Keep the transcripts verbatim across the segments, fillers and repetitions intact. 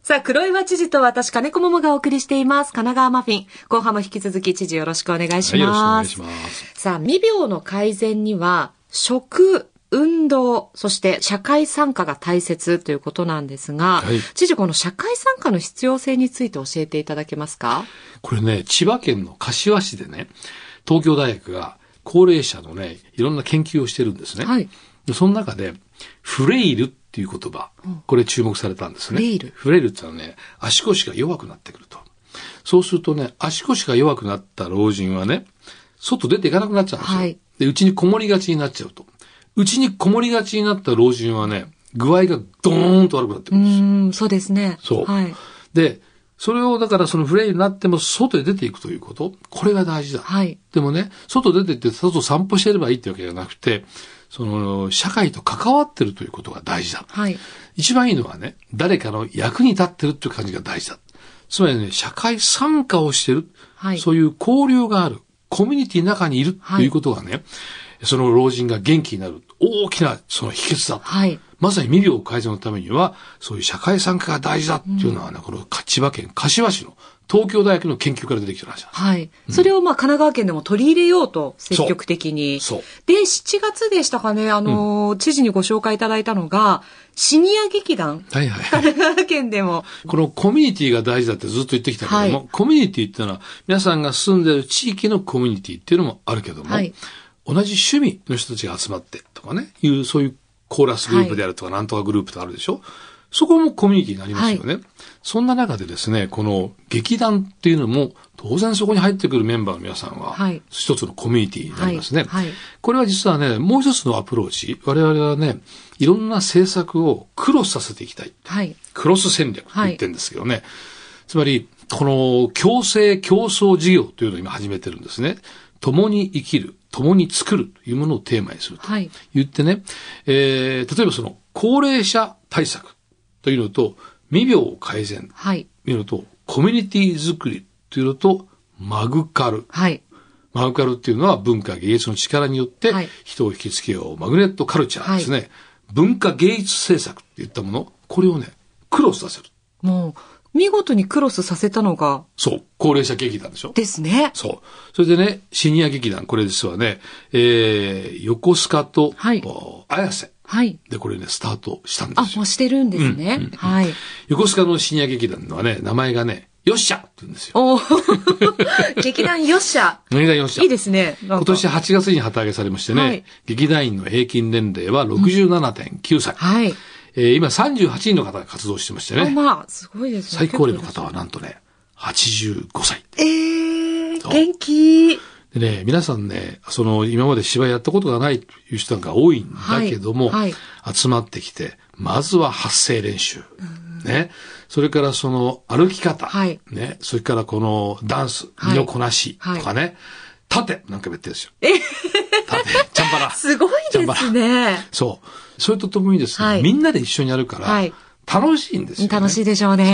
さあ、黒岩知事と私、金子桃がお送りしています。神奈川マフィン。後半も引き続き知事よろしくお願いします。はい、よろしくお願いします。さあ、未病の改善には、食、運動、そして社会参加が大切ということなんですが、はい、知事、この社会参加の必要性について教えていただけますか？ これね、千葉県の柏市でね、東京大学が高齢者のね、いろんな研究をしてるんですね。はい、その中で、フレイルっていう言葉、これ注目されたんですね。フレイル。フレイルってのはね、足腰が弱くなってくると。そうするとね、足腰が弱くなった老人はね、外出ていかなくなっちゃうんですよ。はい、で、うちにこもりがちになっちゃうと。うちにこもりがちになった老人はね、具合がドーンと悪くなってくるんですよ。 うん、そうですね。 そう。はい。で、それをだからそのフレイルになっても外へ出ていくということ、これが大事だ。はい。でもね、外出て行って外散歩してればいいってわけじゃなくて、その社会と関わってるということが大事だ。はい。一番いいのはね、誰かの役に立ってるっていう感じが大事だ。つまりね、社会参加をしてる。はい。そういう交流がある。コミュニティの中にいるということがね、はい、その老人が元気になる大きなその秘訣だ。はい。まさに未病改善のためには、そういう社会参加が大事だっていうのはね、うん、この千葉県柏市の東京大学の研究から出てきた話なんです。 はい。うん、それをまあ神奈川県でも取り入れようと積極的に。そう。そうで、しちがつでしたかね、あの、うん、知事にご紹介いただいたのが、シニア劇団。はいはい。神奈川県でも。 このコミュニティが大事だってずっと言ってきたけども、はい、コミュニティっていうのは皆さんが住んでる地域のコミュニティっていうのもあるけども、はい、同じ趣味の人たちが集まってとかね、いう、そういうコーラスグループであるとか、なんとかグループとかあるでしょ、はい、そこもコミュニティになりますよね、はい。そんな中でですね、この劇団っていうのも、当然そこに入ってくるメンバーの皆さんは、一つのコミュニティになりますね、はいはい。これは実はね、もう一つのアプローチ。我々はね、いろんな政策をクロスさせていきたい。はい、クロス戦略って言ってるんですけどね。はい、つまり、この共生共創事業というのを今始めてるんですね。共に生きる。共に作るというものをテーマにすると言ってね、はい、えー、例えばその高齢者対策というのと未病改善というのと、はい、コミュニティ作りというのとマグカル、はい、マグカルっていうのは文化芸術の力によって人を引きつけようマグネットカルチャーですね、はい、文化芸術政策っていったもの、これをねクロスさせる。 もう見事にクロスさせたのが。 そう。高齢者劇団でしょ。 ですね。 そう。それでね、シニア劇団、これ実はね、えー、横須賀と、はい、綾瀬。はい。で、これね、スタートしたんですよ。 あ、もうしてるんですね。うんうんうん、はい。 横須賀のシニア劇団のはね、名前がね、よっしゃって言うんですよ。 お劇団よっしゃ。 劇団よっしゃ。 いいですね。 今年はちがつに旗揚げされましてね、はい、劇団員の平均年齢は ろくじゅうななてんきゅうさい。うん、はい。えー、今さんじゅうはちにんの方が活動してましてね。 あ、まあ、すごいですね。 最高齢の方はなんとね、はちじゅうごさい。 ええー、元気。 でね、皆さんね、その、今まで芝居やったことがないという人が多いんだけども、はいはい、集まってきて、まずは発声練習。ね。それからその、歩き方。はい、ね。それからこの、ダンス、身のこなしとかね。はい、盾なんかもやってるんですよ。え盾、チャンバラ。 すごいですね。 そう。それとともにですね、はい、みんなで一緒にやるから、はい、楽しいんですよ、ね。 楽しいでしょうね。 そう。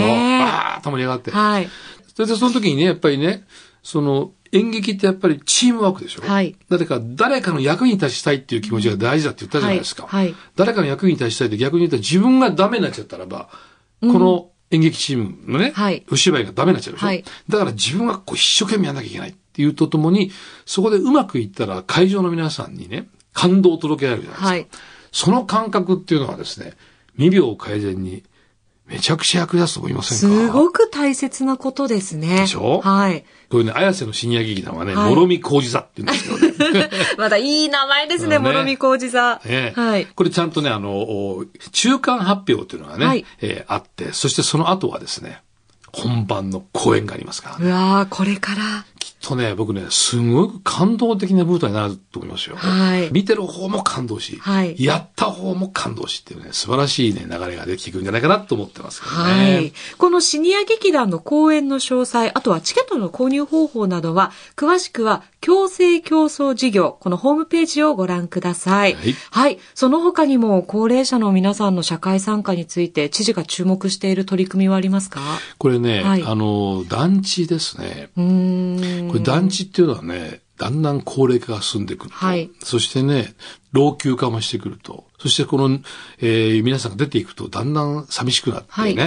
ああ、盛り上がって。はい。それでその時にね、やっぱりね、その、演劇ってやっぱりチームワークでしょ。はい。誰か、誰かの役に立ちたいっていう気持ちが大事だって言ったじゃないですか。はい。はい、誰かの役に立ちたいって逆に言ったら自分がダメになっちゃったらば、うん、この演劇チームのね、はい、お芝居がダメになっちゃうでしょ。はい。だから自分はこう一生懸命やんなきゃいけないっていうとともに、そこでうまくいったら会場の皆さんにね、感動を届けられるじゃないですか。はい。その感覚っていうのはですね、未病改善にめちゃくちゃ役立つと思いませんか？ すごく大切なことですね。 でしょ？はい。こういうね、綾瀬のシニア劇団はね、はい、諸見工事座って言うんですけどね。 まだいい名前ですね、諸見工事座。 ね、はい。これちゃんとね、あの、中間発表っていうのがね、はい、えー、あって、そしてその後はですね、本番の公演がありますからね。 うわー、これから。 きっとね、僕ね、すごく感動的な舞台になると思いますよ。はい。見てる方も感動し、はい。やった方も感動しっていうね、素晴らしいね、流れができてくるんじゃないかなと思ってますけどね。はい。 このシニア劇団の公演の詳細、あとはチケットの購入方法などは、詳しくは、共生共創事業、このホームページをご覧ください。はい。はい。その他にも、高齢者の皆さんの社会参加について、知事が注目している取り組みはありますか？ これね、はい、あの、団地ですね。うーん。これ団地っていうのはね、だんだん高齢化が進んでくると。はい。そしてね、老朽化もしてくると。そしてこの、えー、皆さんが出ていくと、だんだん寂しくなってね。はい、って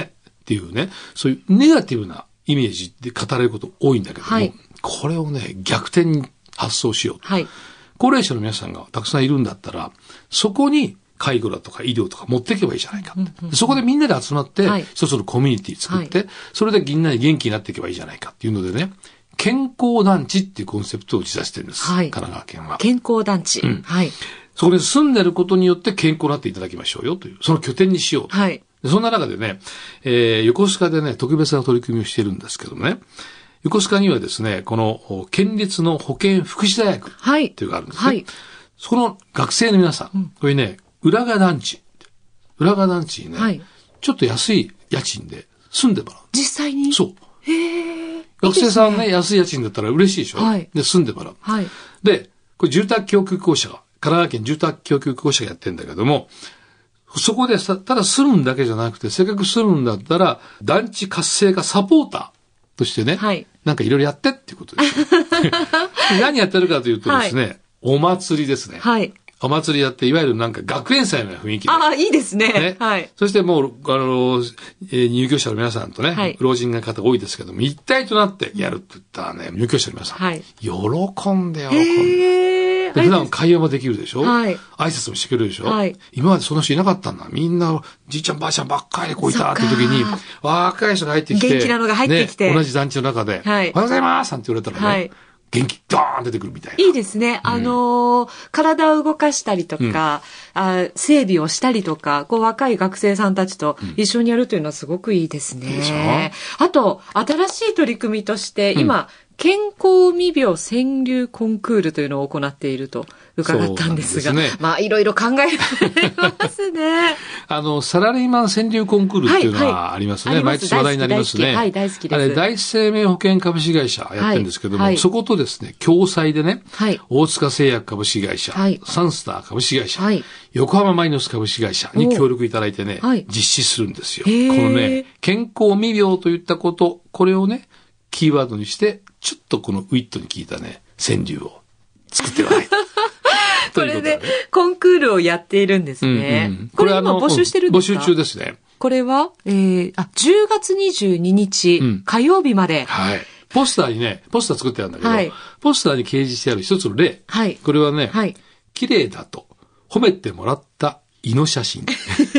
っていうね、そういうネガティブなイメージで語られること多いんだけども、はい、これをね、逆転に発想しようと。はい、高齢者の皆さんがたくさんいるんだったら、そこに介護だとか医療とか持っていけばいいじゃないか。うんうん、そこでみんなで集まって、はい、一つのコミュニティ作って、はい、それでみんなで元気になっていけばいいじゃないかっていうのでね、健康団地っていうコンセプトを打ち出してるんです。はい、神奈川県は。 健康団地。うん、はい。 そこに住んでることによって健康になっていただきましょうよという、その拠点にしようと。はい。そんな中でね、えー、横須賀でね、特別な取り組みをしているんですけどもね、横須賀にはですね、この県立の保健福祉大学っていうのがあるんですね。はい。そこの学生の皆さん、うん、これね、浦賀団地。浦賀団地にね、はい、ちょっと安い家賃で住んでもらう。 実際に？ そう。 へー。 学生さんね、いいね、安い家賃だったら嬉しいでしょ？はい。で、住んでもらう。はい。で、これ住宅供給公社が、神奈川県住宅供給公社がやってるんだけども、そこでさ、ただ住むんだけじゃなくて、せっかく住むんだったら、団地活性化サポーターとしてね、はい、なんかいろいろやってっていうことですよ。何やってるかというとですね、はい、お祭りですね。はい。お祭りやって、いわゆるなんか学園祭のような雰囲気で。 ああ、いいですね。ね。はい。 そしてもう、あの、えー、入居者の皆さんとね、はい、老人の方多いですけども、一体となってやるって言ったらね、入居者の皆さん。はい。喜んで喜んで。で普段会話もできるでしょ、はい、挨拶もしてくれるでしょ、はい、今までそんな人いなかったんだ。みんな、じいちゃんばあちゃんばっかりこういたっていう時に、若い人が入ってきて。 元気なのが入ってきて。 ね、同じ団地の中で、はい、おはようございますなんて言われたらね、はい、元気ドーン出てくるみたいな。 いいですね。うん、あのー、体を動かしたりとか、うん、あ、整備をしたりとか、こう若い学生さんたちと一緒にやるというのはすごくいいですね。うん、でしょ？あと、新しい取り組みとして、今、うん、健康未病川柳コンクールというのを行っていると伺ったんですが、ですね、まあいろいろ考えられますね。 あの、サラリーマン川柳コンクールっていうのはありますね。はいはい、毎年話題になりますね。 はい、大好きです。 あれ、第一生命保険株式会社やってるんですけども、はいはい、そことですね、共催でね、はい、大塚製薬株式会社、はい、サンスター株式会社、はい、横浜マイノス株式会社に協力いただいてね、はい、実施するんですよ。このね、健康未病といったこと、これをね、キーワードにして、ちょっとこのウィットに効いたね、川柳を作ってはない。 これで、コンクールをやっているんですね。うんうん、これ今募集してるんですか？ 募集中ですね。 これは、えー、あ、じゅうがつにじゅうににち、うん、火曜日まで。 はい。ポスターにね、ポスター作ってあるんだけど、はい、ポスターに掲示してある一つの例。はい。これはね、はい、綺麗だと褒めてもらった胃の写真。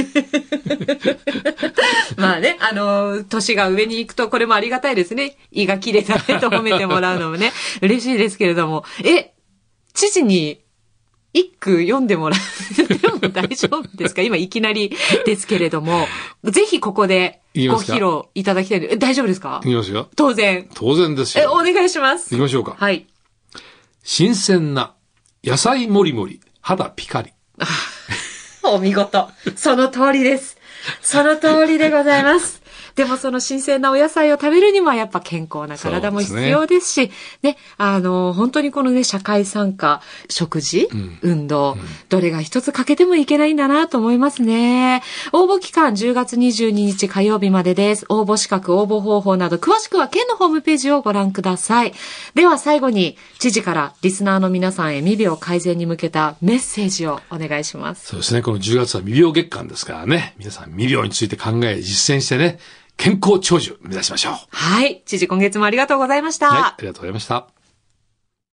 まあね、あの、年が上に行くとこれもありがたいですね。胃が綺麗だねと褒めてもらうのもね、嬉しいですけれども。え、知事に一句読んでもらっても大丈夫ですか？今いきなりですけれども、ぜひここでご披露いただきたいんで、大丈夫ですか？ いきますよ。 当然。 当然ですよ。 え、お願いします。 行きましょうか。 はい。 新鮮な野菜もりもり、肌ピカリ。 お見事。その通りです。その通りでございます。でもその新鮮なお野菜を食べるにはやっぱ健康な体も必要ですし、ね、ね、あの、本当にこのね、社会参加、食事、うん、運動、うん、どれが一つ欠けてもいけないんだなと思いますね。応募期間じゅうがつにじゅうににち火曜日までです。応募資格、応募方法など詳しくは県のホームページをご覧ください。では最後に知事からリスナーの皆さんへ未病改善に向けたメッセージをお願いします。 そうですね。このじゅうがつは未病月間ですからね。皆さん未病について考え、実践してね、健康長寿目指しましょう。 はい。知事、今月もありがとうございました。 はい。ありがとうございました。